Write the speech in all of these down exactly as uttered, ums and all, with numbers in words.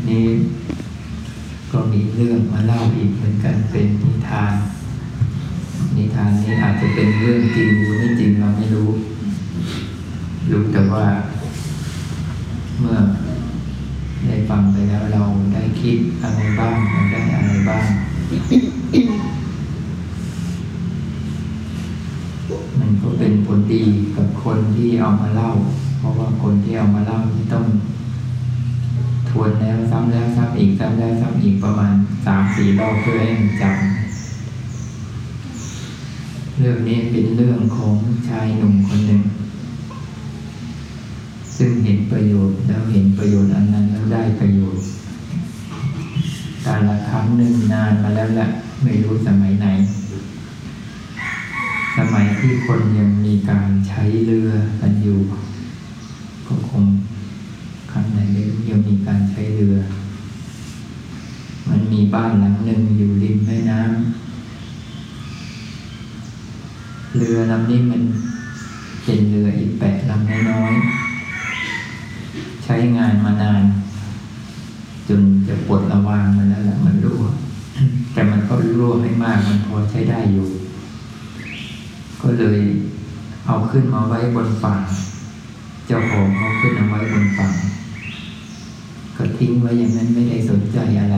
นี้ก็มีเรื่องมาเล่าอีกเหมือนกันเป็นนิทานนิทานนี้อาจจะเป็นเรื่องจริงหรือไม่จริงเราไม่รู้รู้แต่ว่าเมื่อได้ฟังไปแล้วเราได้คิดอะไรบ้างเราได้อะไรบ้างมันก็เป็นผลดีกับคนที่เอามาเล่าเพราะว่าคนที่เอามาเล่าที่ต้องทวนแล้วซ้ำแล้วซ้ำอีกซ้ำแล้วซ้ำอีกประมาณสามสี่รอบเพื่อให้มันจำเรื่องนี้เป็นเรื่องของชายหนุ่มคนหนึ่งซึ่งเห็นประโยชน์แล้วเห็นประโยชน์อันนั้นแล้วได้ประโยชน์การละครั้งหนึ่งนานมาแล้วแหละไม่รู้สมัยไหนสมัยที่คนยังมีการใช้เรือกันอยู่ก็คงครั้งไหนไม่รู้ยังมีการใช้เรือมันมีบ้านหลังหนึ่งอยู่ริมแม่น้ำเรือลำนี้มันเป็นเรืออีแปะลำน้อยๆใช้งานมานานจนจะปลดระวางมันแล้วแหละมันรั่ว แต่มันก็รั่วไม่มากมันพอใช้ได้อยู่ก็เลยเอาขึ้นมาไว้บนฝั่งเจ้าของเอาขึ้นเอาไว้บนฝั่งก็ทิ้งไว้อย่างนั้นไม่ได้สนใจอะไร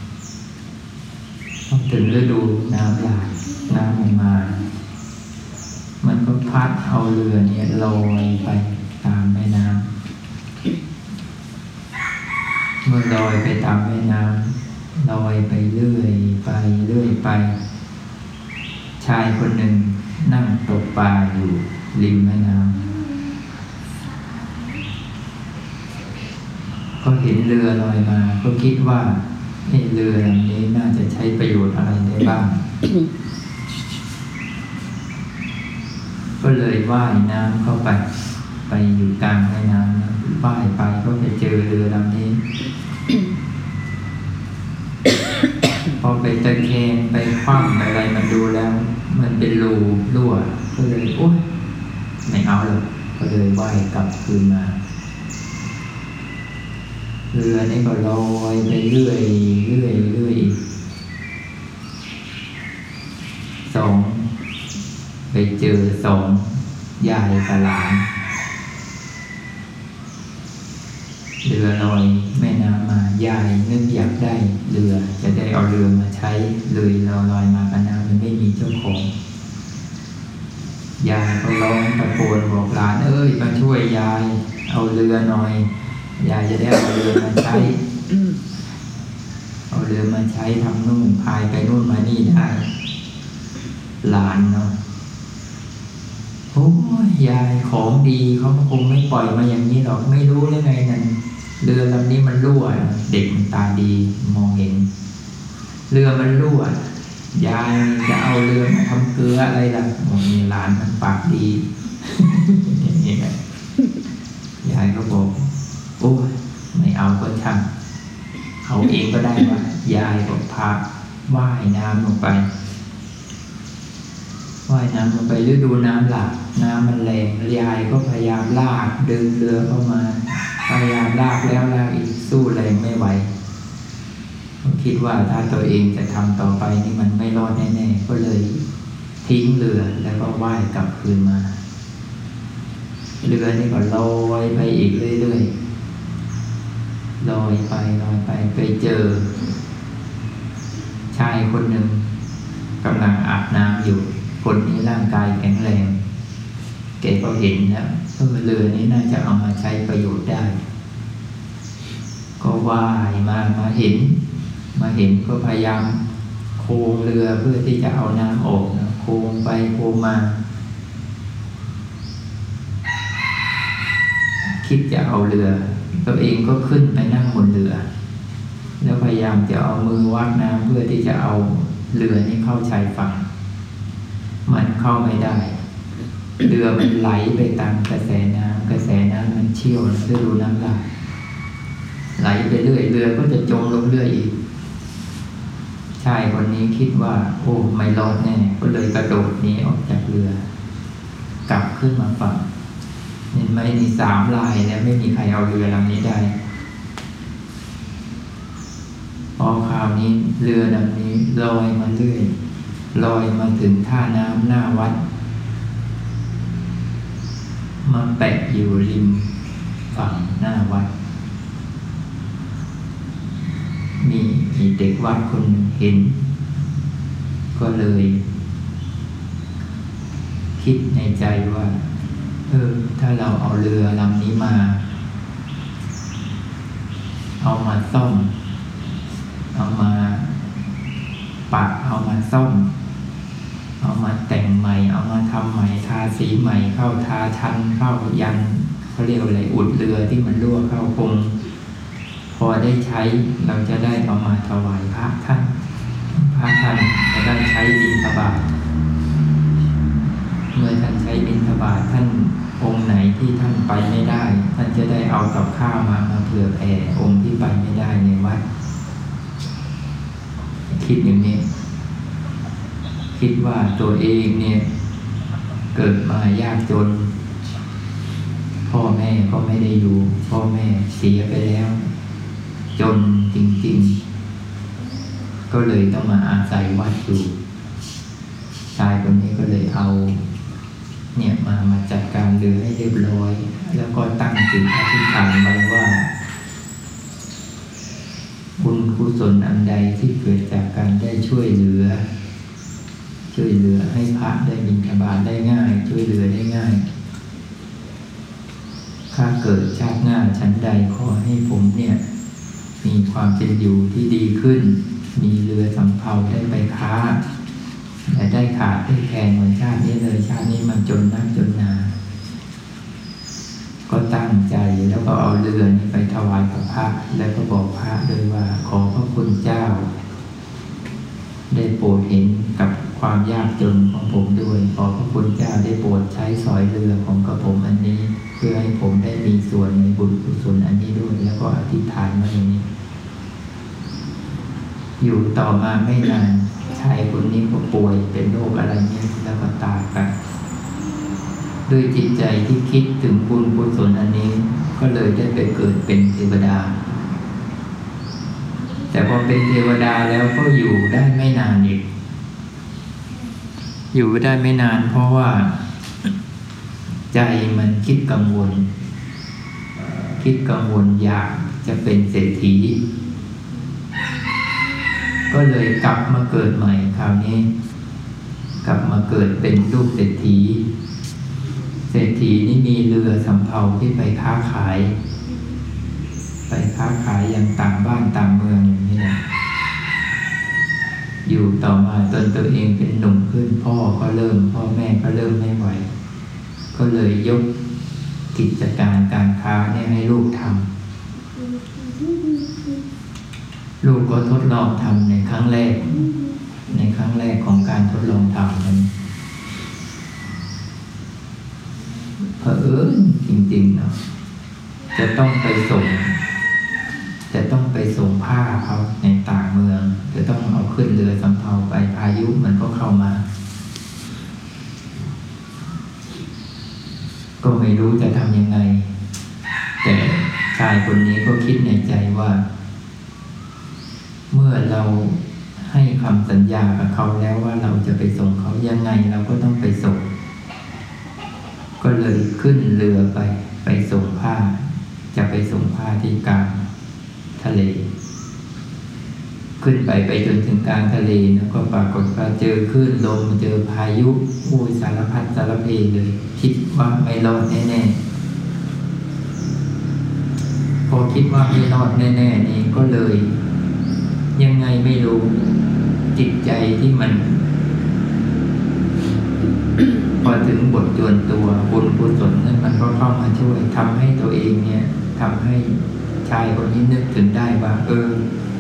พอถึงฤดูน้ำหลากน้ำมันมามันก็พัดเอาเรือเนี่ยลอยไปตามแม่น้ำเมื่อลอยไปตามแม่น้ำลอยไปเรื่อยไปเรื่อยไปชายคนหนึ่งนั่งตกปลาอยู่ริมแม่น้ำก็เห็นเรือลอยมาก็คิดว่าไอ้เรือลำนี้น่าจะใช้ประโยชน์อะไรได้บ้าง ก็เลยว่ายน้ำเข้าไปไปอยู่กลางแม่น้ำว่ายไปก็ไปเจอเรือลำนี้ พอไปตะแคงไปคว่ำอะไรมันดูแล้วมันเป็นรูรั่วก็เลยโอ๊ยไม่เอาหรอกก็เลยว่ายกลับคืนมาเรือนี่ก็ลอยไปเรื่อยเรื่อยเรื่อยสองไปเจอสองยายกับหลานเรือลอยแม่น้ำมายายนึกอยากได้เรือจะได้เอาเรือมาใช้เลยเราลอยมากันน้ำมันไม่มีเจ้าของยายก็ร้องตะโกนบอกหลานเอ้ยมาช่วยยายเอาเรือหน่อยยายจะได้เอาเรือมาใช้เอาเรือมาใช้ทำนู่นพายไปนู่นมานี่ได้หลานเนาะโอ้ยยายของดีเขาคงไม่ปล่อยมาอย่างนี้หรอกไม่รู้ได้ไงนั่นเรือลำนี้มันรั่วเด็กมันตาดีมองเห็นเรือมันรั่วยายจะเอาเรือมาทำเกลืออะไรล่ะโอ้ยหลานมันปากดีนี่ไงยายก็บอกโอ้ยไม่เอาก็ช่างเอาเองก็ได้ว่ายายบอกพาว่ายน้ำลงไปว่ายน้ำลงไปฤดูน้ำหลากน้ำมันแรงยายก็พยายามลากดึงเรือเข้ามาพยายามลากแล้วลากอีกสู้แรงไม่ไหวก็คิดว่าถ้าตัวเองจะทำต่อไปนี่มันไม่รอดแน่ๆก็เลยทิ้งเรือแล้วก็ว่ายกลับคืนมาเรือนี่ก็ลอยไปอีกเรื่อยๆลอยไปลอยไปไปเจอชายคนหนึ่งกำลังอาบน้ำอยู่คนนี้ร่างกายแข็งแรงแกก็เห็นแล้วเรือนี้น่าจะเอามาใช้ประโยชน์ได้ก็ว่ายมามาเห็นมาเห็นก็พยายามโค้งเรือเพื่อที่จะเอาน้ำออกนะโค้งไปโค้งมาคิดจะเอาเรือตัวเองก็ขึ้นไปนั่งบนเรือแล้วพยายามจะเอามือวาดน้ำเพื่อที่จะเอาเรือนี้เข้าชายฝั่งมันเข้าไม่ได้เรือมันไหลไปตามกระแสน้ำกระแสน้ำมันเชี่ยวฤดูน้ำหลากไหลไปเรื่อยเรือก็จะจมลงเรื่อยอีกชายคนนี้คิดว่าโอ้ไม่รอดแน่ก็เลยกระโดดหนีออกจากเรือกลับขึ้นมาฝั่งเห็นไหมนี่สามลายแล้วไม่มีใครเอาเรือลำนี้ได้พอคราวนี้เรือลำนี้ลอยมาเรื่อยลอยมาถึงท่าน้ำหน้าวัดมาแปะอยู่ริมฝั่งหน้าวัดมีเด็กวัดคนหนึ่งเห็นก็เลยคิดในใจว่าเออถ้าเราเอาเรือลำนี้มาเอามาซ่อมเอามาปะเอามาซ่อมเอามาแต่งใหม่เอามาทำใหม่ทาสีใหม่เข้าทาชันเข้ายันเขาเรียกอะไรอุดเรือที่มันรั่วเข้าคงพอได้ใช้เราจะได้เอามาถวายพระท่านพระท่านจะได้ใช้บิณฑบาตเมื่อท่านใช้บิณฑบาตท่านองค์ไหนที่ท่านไปไม่ได้ท่านจะได้เอากับข้าวมามาเผื่อแผ่องค์ที่ไปไม่ได้ในวัดคิดอย่างนี้คิดว่าตัวเองเนี่ยเกิดมายากจนพ่อแม่ก็ไม่ได้อยู่พ่อแม่เสียไปแล้วจนจริงๆก็เลยต้องมาอาศัยวัดอยู่ชายคนนี้ก็เลยเอาเนี่ยมามาจัดการเรือให้เรียบร้อยแล้วก็ตั้งจิตอธิษฐานไว้ว่าบุญกุศลอันใดที่เกิดจากการได้ช่วยเหลือช่วยเหลือให้พระได้บิณฑบาตได้ง่ายช่วยเหลือได้ง่ายถ้าเกิดชาติหน้าชั้นใดขอให้ผมเนี่ยมีความเป็นอยู่ที่ดีขึ้นมีเรือสำเภาได้ไปค้าแต่ได้ขาดได้แคลนเหมือนชาตินี้เลยชาตินี้มันจนนักจนหนาก็ตั้งใจแล้วก็เอาเรือนี้ไปถวายกับพระแล้วก็บอกพระเลยว่าขอพระคุณเจ้าได้โปรดเห็นกับความยากจนของผมด้วยขอพระคุณเจ้าได้โปรดใช้สอยเรือของกระผมอันนี้เพื่อให้ผมได้มีส่วนในบุญกุศลอันนี้ด้วยแล้วก็อธิษฐานมาอย่างนี้อยู่ต่อมาไม่นานชายคนนี้ก็ป่วยเป็นโรคอะไรเนี่ยแล้วก็ตายไปด้วยจิตใจที่คิดถึงบุญกุศลอันนี้ก็เลยได้ไปเกิดเป็นเทวดาแต่พอเป็นเทวดาแล้วก็อยู่ได้ไม่นานอีกอยู่ได้ไม่นานเพราะว่าใจมันคิดกังวลคิดกังวลอยากจะเป็นเศรษฐีก็เลยกลับมาเกิดใหม่คราวนี้กลับมาเกิดเป็นลูกเศรษฐีเศรษฐีนี่มีเรือสำเภาที่ไปค้าขายไปค้าขายอย่างต่างบ้านต่างเมืองอย่างนี้นะอยู่ต่อมาจนตัวเองเป็นหนุ่มขึ้นพ่อก็เริ่มพ่อแม่ก็เริ่มไม่ไหวก็เลยยกกิจการการค้าเนี่ยให้ลูกทำลูกก็ทดลองทำในครั้งแรกในครั้งแรกของการทดลองทำนั้นเผอิญจริงๆเนาะจะต้องไปส่งจะต้องไปส่งผ้าเขาในต่างเมืองจะต้องเอาขึ้นเรือสำเภาไปพายุมันก็เข้ามาก็ไม่รู้จะทำยังไงแต่ชายคนนี้ก็คิดในใจว่าเมื่อเราให้คำสัญญากับเขาแล้วว่าเราจะไปส่งเขายังไงเราก็ต้องไปส่งก็เลยขึ้นเรือไปไปส่งผ้าจะไปส่งผ้าที่กลางทะเลขึ้นไปไปจนถึงกลางทะเลแล้วก็ปรากฏว่าเจอคลื่นลมเจอพายุโอ้ยสารพัดสารเพเลยคิดว่าไม่รอดแน่ๆพอคิดว่าไม่รอดแน่ๆนี่ก็เลยยังไงไม่รู้จิตใจที่มัน พอถึงบทจวนตัวบุญกุศลนั้นมันก็เข้ามาช่วยทำให้ตัวเองเนี่ยทำให้ชายคนนี้นึกถึงได้ว่าเออ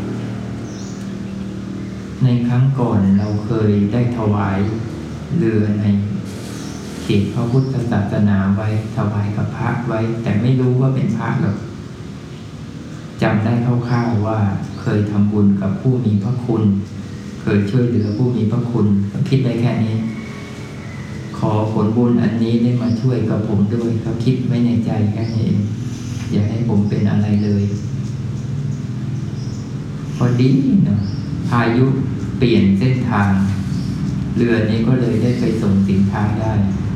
ในครั้งก่อนเราเคยได้ถวายเรือในเขตพระพุทธศาสนาไว้ถวายกับพระไว้แต่ไม่รู้ว่าเป็นพระหรอกจำได้คร่าวๆว่าเคยทำบุญกับผู้มีพระคุณเคยช่วยเหลือผู้มีพระคุณก็คิดได้แค่นี้ขอผลบุญอันนี้ได้มาช่วยกับผมด้วยเขาคิดไว้ในใจแค่นี้เองอย่าให้ผมเป็นอะไรเลยพอดีเนาะพายุเปลี่ยนเส้นทางเรือนี้ก็เลยได้ไปส่งสินค้าได้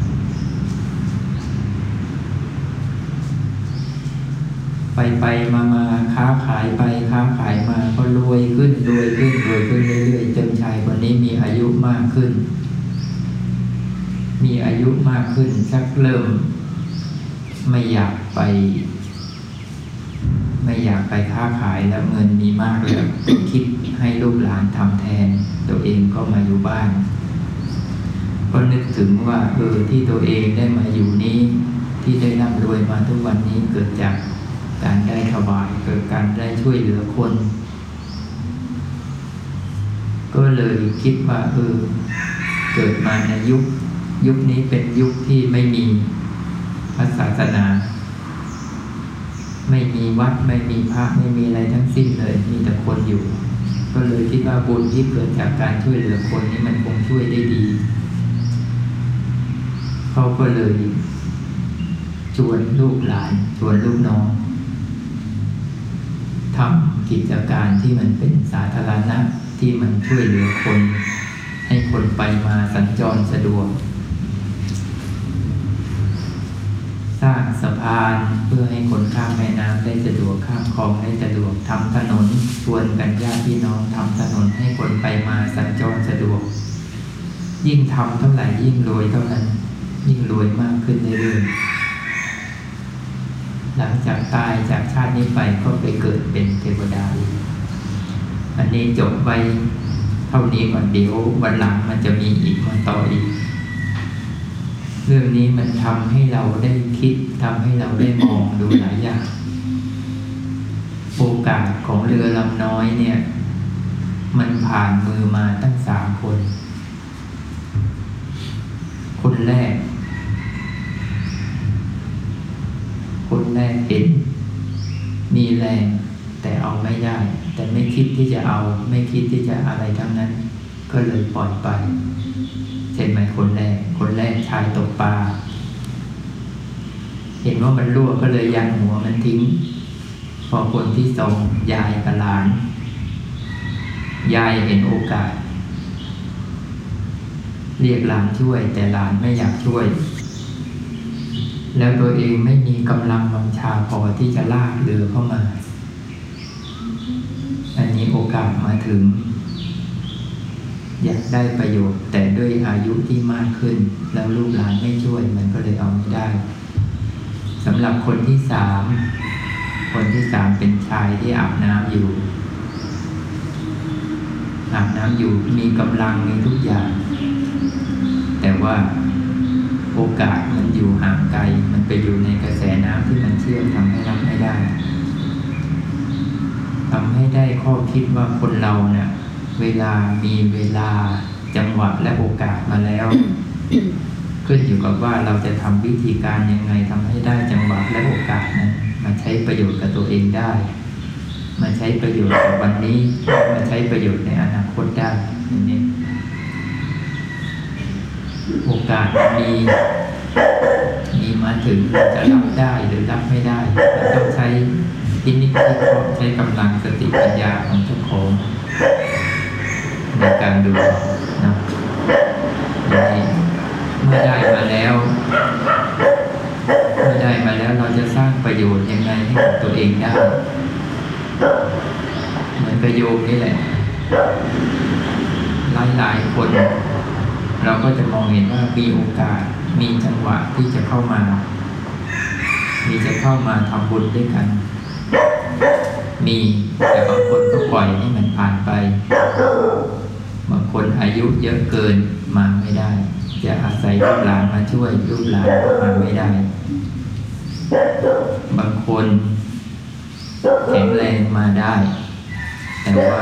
ไปไปมามาค้าขายไปค้าขายมาก็รวยขึ้นรวยขึ้นรวยขึ้นเรื่อยๆจนชายคนนี้มีอายุมากขึ้นมีอายุมากขึ้นชักเริ่มไม่อยากไปไม่อยากไปค้าขายแล้วเงินมีมากแล้วคิดให้ลูกหลานทำแทนตัวเองก็มาอยู่บ้านก็นึกถึงว่าเออที่ตัวเองได้มาอยู่นี้ที่ได้ร่ำรวยมาทุกวันนี้เกิดจากการได้ถวายเกิดการได้ช่วยเหลือคนก็เลยคิดว่าเออเกิดมาในยุคยุคนี้เป็นยุคที่ไม่มีพระศาสนาไม่มีวัดไม่มีพระไม่มีอะไรทั้งสิ้นเลยมีแต่คนอยู่ก็เลยคิดว่าบุญที่เกิดจากการช่วยเหลือคนนี้มันคงช่วยได้ดีเขาก็เลยชวนลูกหลานชวนลูกน้องทำกิจการที่มันเป็นสาธารณะที่มันช่วยเหลือคนให้คนไปมาสัญจรสะดวกสร้างสะพานเพื่อให้คนข้ามแม่น้ำได้สะดวกข้ามคลองได้สะดวกทำถนนชวนกันญาติพี่น้องทำถนนให้คนไปมาสัญจรสะดวกยิ่งทำเท่าไหร่ยิ่งรวยเท่านั้นยิ่งรวยมากขึ้นเรื่อยๆหลังจากตายจากชาตินี้ไปก็ไปเกิดเป็นเทวดาอันนี้จบไปเท่านี้ก่อนเดี๋ยววันหลังมันจะมีอีกมาต่ออีกเรื่องนี้มันทำให้เราได้คิดทำให้เราได้มองดูหลายอย่างโอกาสของเรือลำน้อยเนี่ยมันผ่านมือมาตั้งสามคนคนแรกคนแรกเห็นมีแรงแต่เอาไม่ได้แต่ไม่คิดที่จะเอาไม่คิดที่จะอะไรทั้งนั้นก็เลยปล่อยไปเช่นไหมคนแรกคนแรกชายตกปลาเห็นว่ามันรั่วก็เลยยันหัวมันทิ้งพอคนที่สองยายกับหลานยายเห็นโอกาสเรียกหลานช่วยแต่หลานไม่อยากช่วยแล้วตัวเองไม่มีกำลังวังชาพอที่จะลากเรือเข้ามาอันนี้โอกาสมาถึงอยากได้ประโยชน์แต่ด้วยอายุที่มากขึ้นแล้วลูกหลานไม่ช่วยมันก็เลยเอาไม่ได้สำหรับคนที่สามคนที่สามเป็นชายที่อาบน้ำอยู่อาบน้ำอยู่มีกำลังมีทุกอย่างแต่ว่าโอกาสมันอยู่ห่างไกลมันไปอยู่ในกระแสน้ำที่มันเชื่อมทำให้รับไม่ได้ทำให้ได้ข้อคิดว่าคนเราเนี่ยเวลามีเวลาจังหวะและโอกาสมาแล้ว ขึ้นอยู่กับว่าเราจะทำวิธีการยังไงทำให้ได้จังหวะและโอกาสนั้นมาใช้ประโยชน์กับตัวเองได้มาใช้ประโยชน์กับวันนี้มาใช้ประโยชน์ในอนาคตได้อย่างนี้โอกาสมีมีมาถึงจะรับได้หรือรับไม่ได้มันต้องใช้พินิจพิเคราะห์ใช้กำลังสติปัญญาของเจ้าของในการดูนะเมื่อได้มาแล้วเมื่อได้มาแล้วเราจะสร้างประโยชน์ยังไงให้กับตัวเองได้เหมือนประโยชน์นี่แหละหลายๆคนเราก็จะมองเห็นว่ามีโอกาสมีจังหวะที่จะเข้ามามีจะเข้ามาทำบุญด้วยกันมีแต่บางคนก็ปล่อยให้มันผ่านไปบางคนอายุเยอะเกินมาไม่ได้จะอาศัยลูกหลานมาช่วยลูกหลานก็มาไม่ได้บางคนแข็งแรงมาได้แต่ว่า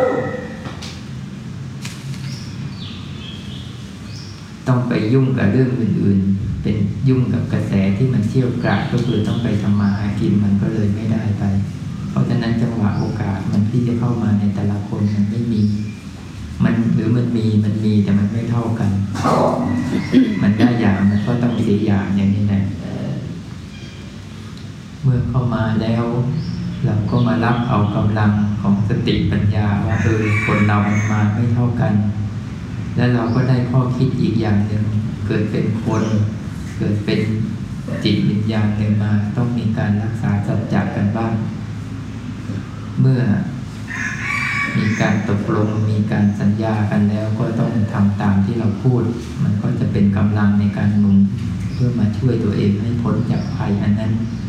ต้องไปยุ่งกับเรื่องอื่นๆเป็นยุ่งกับกระแสที่มันเชี่ยวกรากก็คือต้องไปทำมาหากินมันก็เลยไม่ได้ไปเพราะฉะนั้นจังหวะโอกาสมันที่จะเข้ามาในแต่ละคนมันไม่มีมันหรือมันมีมันมีแต่มันไม่เท่ากัน มันได้อย่างมันก็ต้องเสียอย่างอย่างนี้แหละเมื่อเข้ามาแล้วเราก็มารับเอากำลังของสติปัญญาว่าเออคนเรามันมาไม่เท่ากัน แล้วเราก็ได้ข้อคิดอีกอย่างหนึ่งเกิดเป็นคนเกิดเป็นจิตวิญญาณหนึ่งมาต้องมีการรักษาสัจจะกันบ้างเมื่อมีการตกลงมีการสัญญากันแล้วก็ต้องทำตามที่เราพูดมันก็จะเป็นกำลังในการหนุนเพื่อมาช่วยตัวเองให้พ้นจากภัยอันนั้น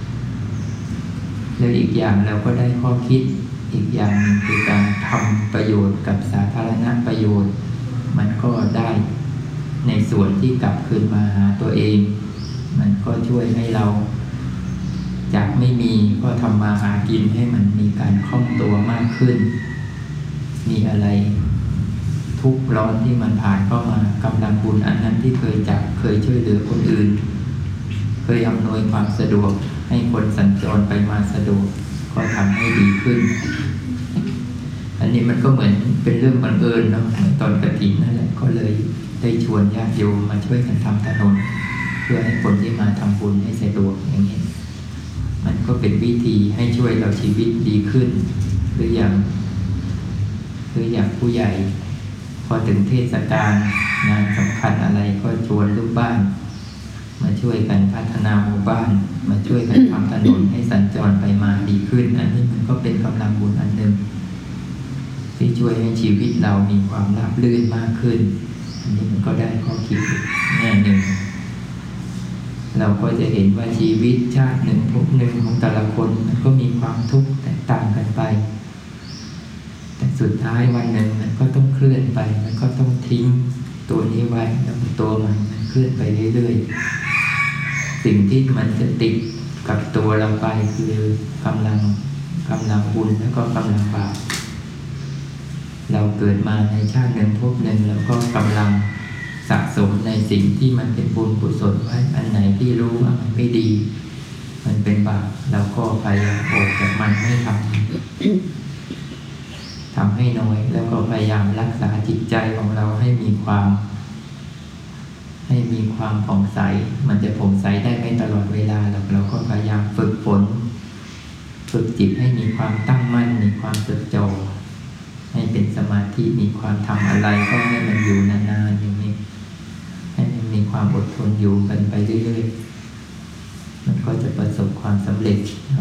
แล้วอีกอย่างเราก็ได้ข้อคิดอีกอย่างหนึ่งคือการทำประโยชน์กับสาธารณประโยชน์มันก็ได้ในส่วนที่กลับคืนมาหาตัวเองมันก็ช่วยให้เราจากไม่มีก็ทำมาหากินให้มันมีการคล่องตัวมากขึ้นมีอะไรทุกข์ร้อนที่มันผ่านเข้ามากำลังบุญอันนั้นที่เคยจับเคยช่วยเหลือคนอื่นเคยอำนวยความสะดวกให้คนสัญจรไปมาสะดวกก็ทำให้ดีขึ้นอันนี้มันก็เหมือนเป็นเรื่องบังเอิญเนาะเหมือนตอนกฐินนั่นแหละก็เลยได้ชวนญาติโยมมาช่วยกันทำถนนเพื่อให้คนที่มาทำบุญให้สะดวกอย่างนี้มันก็เป็นวิธีให้ช่วยเราชีวิตดีขึ้นหรืออย่างหรืออย่างผู้ใหญ่พอถึงเทศกาลงานสำคัญอะไรก็ชวนลูกบ้านมาช่วยกันพัฒนาหมู่บ้านมาช่วยกันทำถนนให้สัญจรไปมาดีขึ้นอันนี้มันก็เป็นกำลังบุญอันหนึ่งที่ช่วยให้ชีวิตเรามีความราบรื่นมากขึ้นอันนี้มันก็ได้ข้อคิดแง่หนึ่งเราก็จะเห็นว่าชีวิตชาติหนึ่งภพหนึ่งของแต่ละคนมันก็มีความทุกข์แตกต่างกันไปแต่สุดท้ายวันหนึ่งมันก็ต้องเคลื่อนไปมันก็ต้องทิ้งตัวนี้ไว้แล้วตัวมันมันเคลื่อนไปเรื่อยๆสิ่งที่มันจะติดกับตัวเราไปคือกำลังกำลังบุญแล้วก็กำลังบาปเราเกิดมาในชาติหนึ่งภพหนึ่งแล้วก็กำลังสะสมในสิ่งที่มันเป็นบุญกุศลไว้อันไหนที่รู้ว่ามันไม่ดีมันเป็นบาปเราก็พยายามออกจากมันไม่ทำทำให้น้อยแล้วก็พยายามรักษาจิตใจของเราให้มีความให้มีความผ่องใสมันจะผ่องใสได้ไม่ตลอดเวลาหรอกเราก็พยายามฝึกฝนฝึกจิตให้มีความตั้งมั่นมีความจดจ่อให้เป็นสมาธิมีความทำอะไรก็ให้มันอยู่นานๆอย่างนี้ให้มันมีความอดทนอยู่กันไปเรื่อยๆมันก็จะประสบความสำเร็จ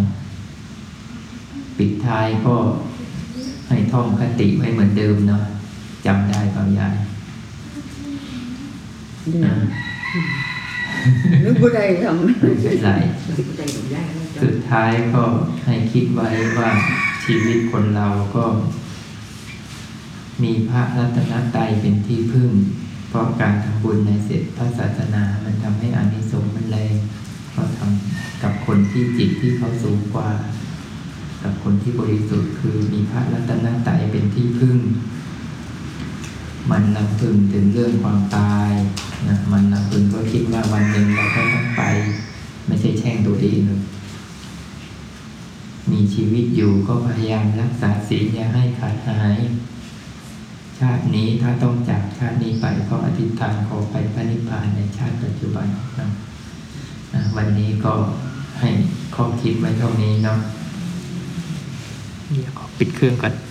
ปิดท้ายก็ให้ท่องคติไว้เหมือนเดิมเนาะจำได้เปล่ายายนึกบ่ได้ทำไม่เป็นไรสุดท้ายก็ให้คิดไว้ว่าชีวิตคนเราก็มีพระรัตนตรัยเป็นที่พึ่งเพราะการทำบุญในเศษพระศาสนามันทำให้อานิสงส์มันแรงเพราะทำกับคนที่จิตที่เขาสูงกว่ากับคนที่บริสุทธิ์คือมีพระรัตนตรัยเป็นที่พึ่งมันลำพึงถึงเรื่องความตายนะมันลำพึงก็คิดว่าวันหนึ่งเราก็ต้องไปไม่ใช่แช่งตัวเองเลยมีชีวิตอยู่ก็พยายามรักษาศีลอย่าให้ขาดหายชาตินี้ถ้าต้องจากชาตินี้ไปก็อธิษฐานขอไปพระนิพพานในชาติปัจจุบันนะวันนี้ก็ให้ข้อคิดไว้เท่านี้เนาะเดี๋ยวขอปิดเครื่องก่อน